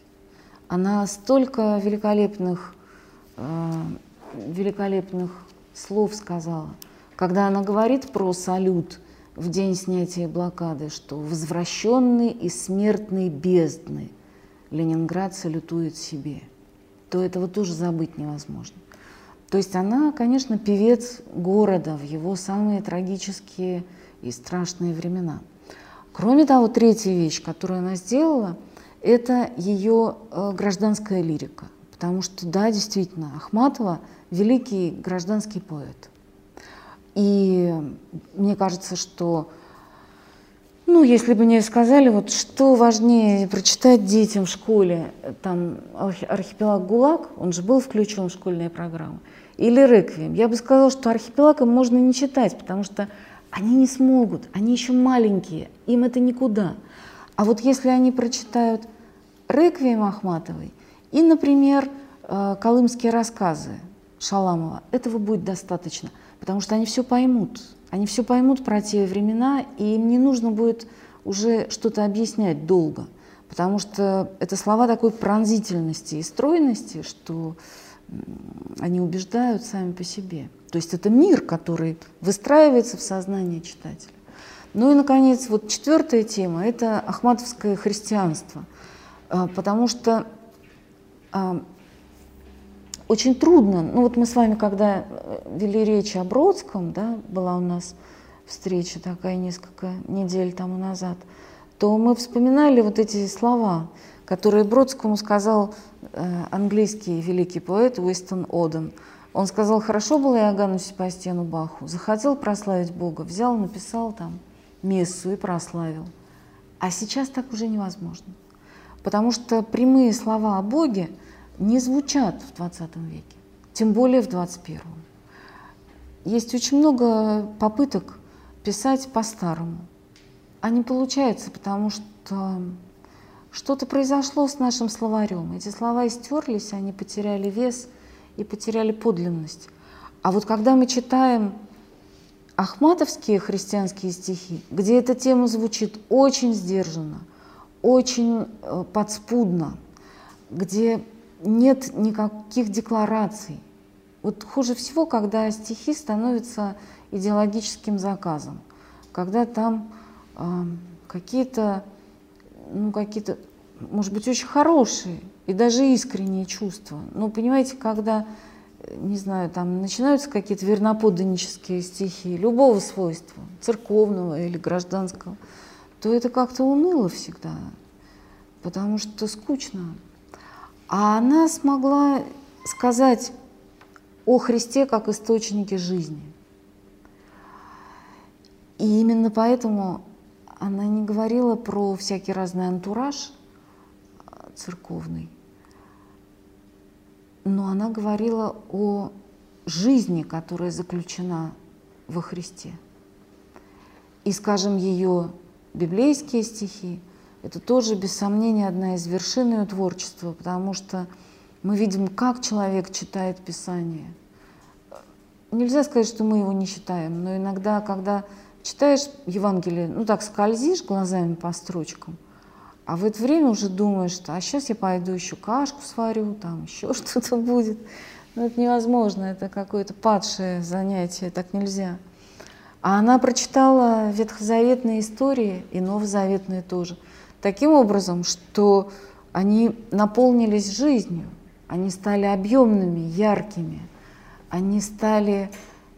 S2: Она столько великолепных, э, великолепных слов сказала, когда она говорит про салют в день снятия блокады, что возвращенный из смертной бездны Ленинград салютует себе, то этого тоже забыть невозможно. То есть она, конечно, певец города в его самые трагические и страшные времена. Кроме того, третья вещь, которую она сделала, это ее э, гражданская лирика. Потому что, да, действительно, Ахматова – великий гражданский поэт. И мне кажется, что, ну, если бы мне сказали, вот что важнее прочитать детям в школе, там «Архипелаг ГУЛАГ», он же был включен в школьные программы, или «Реквием», я бы сказала, что «Архипелаг» им можно не читать, потому что они не смогут, они еще маленькие, им это никуда. А вот если они прочитают «Реквием» Ахматовой и, например, «Колымские рассказы» Шаламова, этого будет достаточно, потому что они все поймут. Они все поймут про те времена, и им не нужно будет уже что-то объяснять долго, потому что это слова такой пронзительности и стройности, что они убеждают сами по себе. То есть это мир, который выстраивается в сознании читателя. Ну и, наконец, вот четвертая тема – это ахматовское христианство, потому что очень трудно, ну вот мы с вами, когда вели речь о Бродском, да, была у нас встреча такая несколько недель тому назад, то мы вспоминали вот эти слова, которые Бродскому сказал э, английский великий поэт Уинстон Оден. Он сказал: хорошо было Иоганну Себастьяну Баху, захотел прославить Бога, взял, написал там мессу и прославил. А сейчас так уже невозможно, потому что прямые слова о Боге не звучат в двадцатом веке, тем более в двадцать первом. Есть очень много попыток писать по-старому, а не получается, потому что что-то произошло с нашим словарем. Эти слова истерлись, они потеряли вес и потеряли подлинность. А вот когда мы читаем ахматовские христианские стихи, где эта тема звучит очень сдержанно, очень подспудно, где нет никаких деклараций. Вот хуже всего, когда стихи становятся идеологическим заказом, когда там э, какие-то, ну, какие-то, может быть, очень хорошие и даже искренние чувства. Но понимаете, когда, не знаю, там начинаются какие-то верноподданнические стихи любого свойства, церковного или гражданского, то это как-то уныло всегда, потому что скучно. А она смогла сказать о Христе как источнике жизни. И именно поэтому она не говорила про всякий разный антураж церковный, но она говорила о жизни, которая заключена во Христе. И, скажем, ее библейские стихи — это тоже, без сомнения, одна из вершин ее творчества, потому что мы видим, как человек читает Писание. Нельзя сказать, что мы его не читаем, но иногда, когда читаешь Евангелие, ну так скользишь глазами по строчкам, а в это время уже думаешь, что а сейчас я пойду еще кашку сварю, там еще что-то будет. Ну, это невозможно, это какое-то падшее занятие, так нельзя. А она прочитала ветхозаветные истории и новозаветные тоже таким образом, что они наполнились жизнью, они стали объемными, яркими, они стали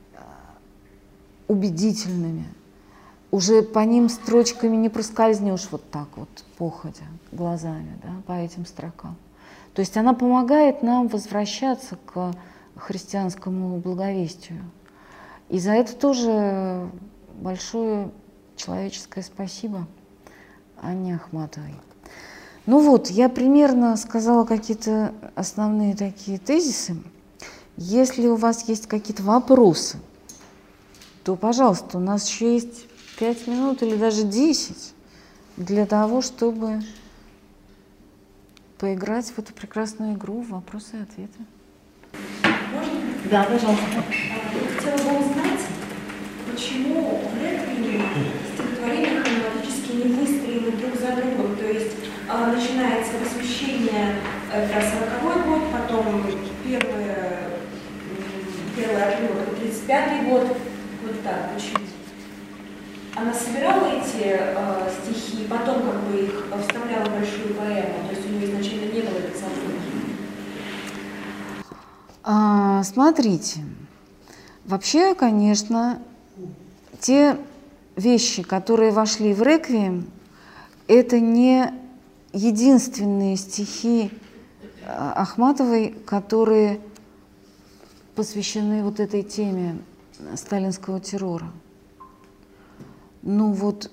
S2: убедительными. Уже по ним строчками не проскользнешь вот так вот, походя глазами, да, по этим строкам. То есть она помогает нам возвращаться к христианскому благовестию. И за это тоже большое человеческое спасибо Анне Ахматовой. Ну вот, я примерно сказала какие-то основные такие тезисы. Если у вас есть какие-то вопросы, то, пожалуйста, у нас еще есть пять минут или даже десять для того, чтобы поиграть в эту прекрасную игру «Вопросы и ответы».
S3: Можно?
S2: Да, пожалуйста.
S3: Я хотела бы узнать, почему в реквиеме стихотворения хронологически не выстроены друг за другом. То есть э, начинается посвящение это сороковой год, потом первое, первый отрывок, тридцать пятый год. Вот так, почему? Она собирала эти э, стихи, потом как бы их вставляла в большую поэму, то есть у нее изначально не было этой задумки.
S2: А, смотрите, вообще, конечно, те вещи, которые вошли в реквием, это не единственные стихи Ахматовой, которые посвящены вот этой теме сталинского террора. Ну вот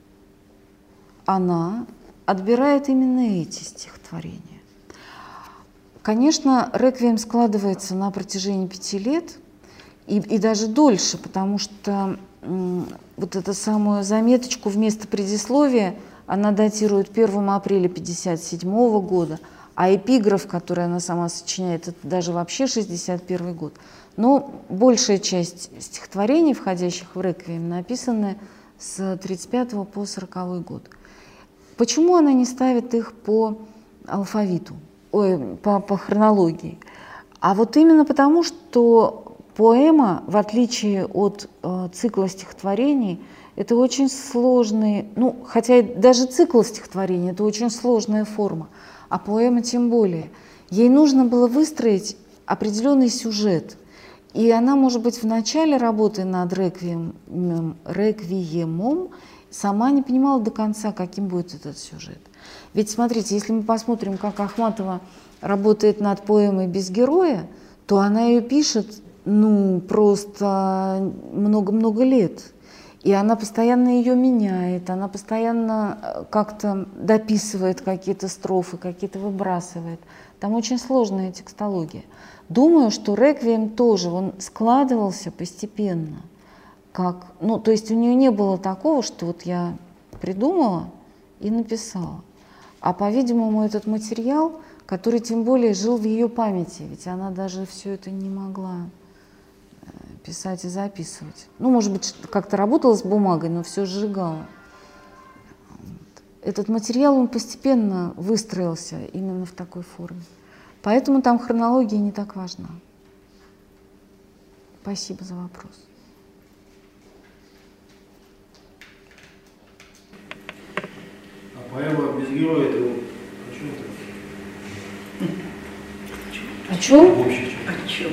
S2: она отбирает именно эти стихотворения. Конечно, реквием складывается на протяжении пяти лет и, и даже дольше, потому что м, вот эту самую заметочку вместо предисловия она датирует первого апреля пятьдесят седьмого года, а эпиграф, который она сама сочиняет, это даже вообще шестьдесят первый год. Но большая часть стихотворений, входящих в реквием, написаны с тридцать пятого по сороковой год. Почему она не ставит их по алфавиту, ой, по, по хронологии? А вот именно потому, что поэма, в отличие от э, цикла стихотворений, это очень сложный, ну, хотя даже цикл стихотворений — это очень сложная форма, а поэма тем более. Ей нужно было выстроить определенный сюжет. И она, может быть, в начале работы над реквиемом, реквиемом сама не понимала до конца, каким будет этот сюжет. Ведь смотрите, если мы посмотрим, как Ахматова работает над поэмой «Без героя», то она ее пишет, ну, просто много-много лет. И она постоянно ее меняет, она постоянно как-то дописывает какие-то строфы, какие-то выбрасывает. Там очень сложная текстология. Думаю, что реквием тоже, он складывался постепенно. Как, ну, то есть у нее не было такого, что вот я придумала и написала. А, по-видимому, этот материал, который тем более жил в ее памяти, ведь она даже все это не могла писать и записывать. Ну, может быть, как-то работала с бумагой, но все сжигала. Этот материал, он постепенно выстроился именно в такой форме. Поэтому там хронология не так важна. Спасибо за вопрос.
S4: А поэма «Без героя» это о чем это?
S2: О чем?
S4: В общих чертах.
S3: О чем?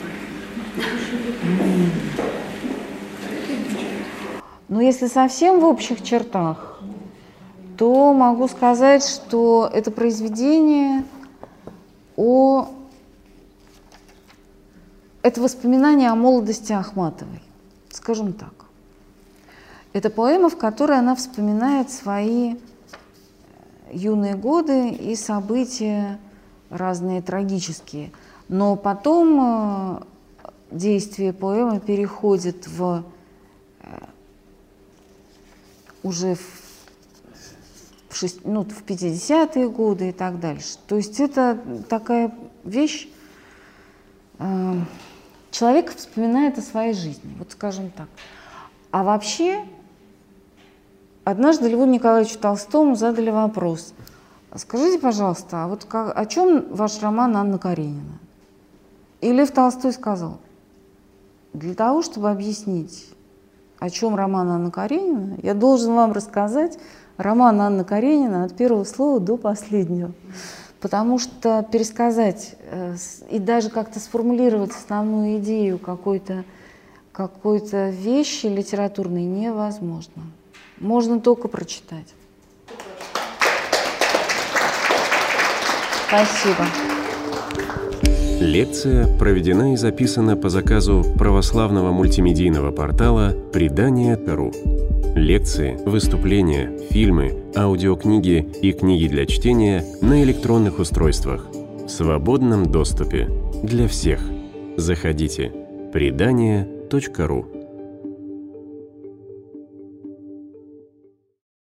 S2: Ну, если совсем в общих чертах, то могу сказать, что это произведение о это воспоминания о молодости Ахматовой, скажем так. Это поэма, в которой она вспоминает свои юные годы и события разные трагические. Но потом действие поэмы переходит в уже в, в, шесть, ну, в пятидесятые годы и так дальше. То есть это такая вещь, э, человек вспоминает о своей жизни, вот скажем так. А вообще, однажды Льву Николаевичу Толстому задали вопрос: скажите, пожалуйста, а вот как, о чем ваш роман «Анна Каренина»? И Лев Толстой сказал: для того, чтобы объяснить, о чем роман «Анна Каренина», я должен вам рассказать роман «Анна Каренина» от первого слова до последнего. Потому что пересказать э, и даже как-то сформулировать основную идею какой-то какой-то вещи литературной невозможно. Можно только прочитать. Спасибо.
S5: Лекция проведена и записана по заказу православного мультимедийного портала предания точка ру. Лекции, выступления, фильмы, аудиокниги и книги для чтения на электронных устройствах в свободном доступе для всех. Заходите предания точка ру.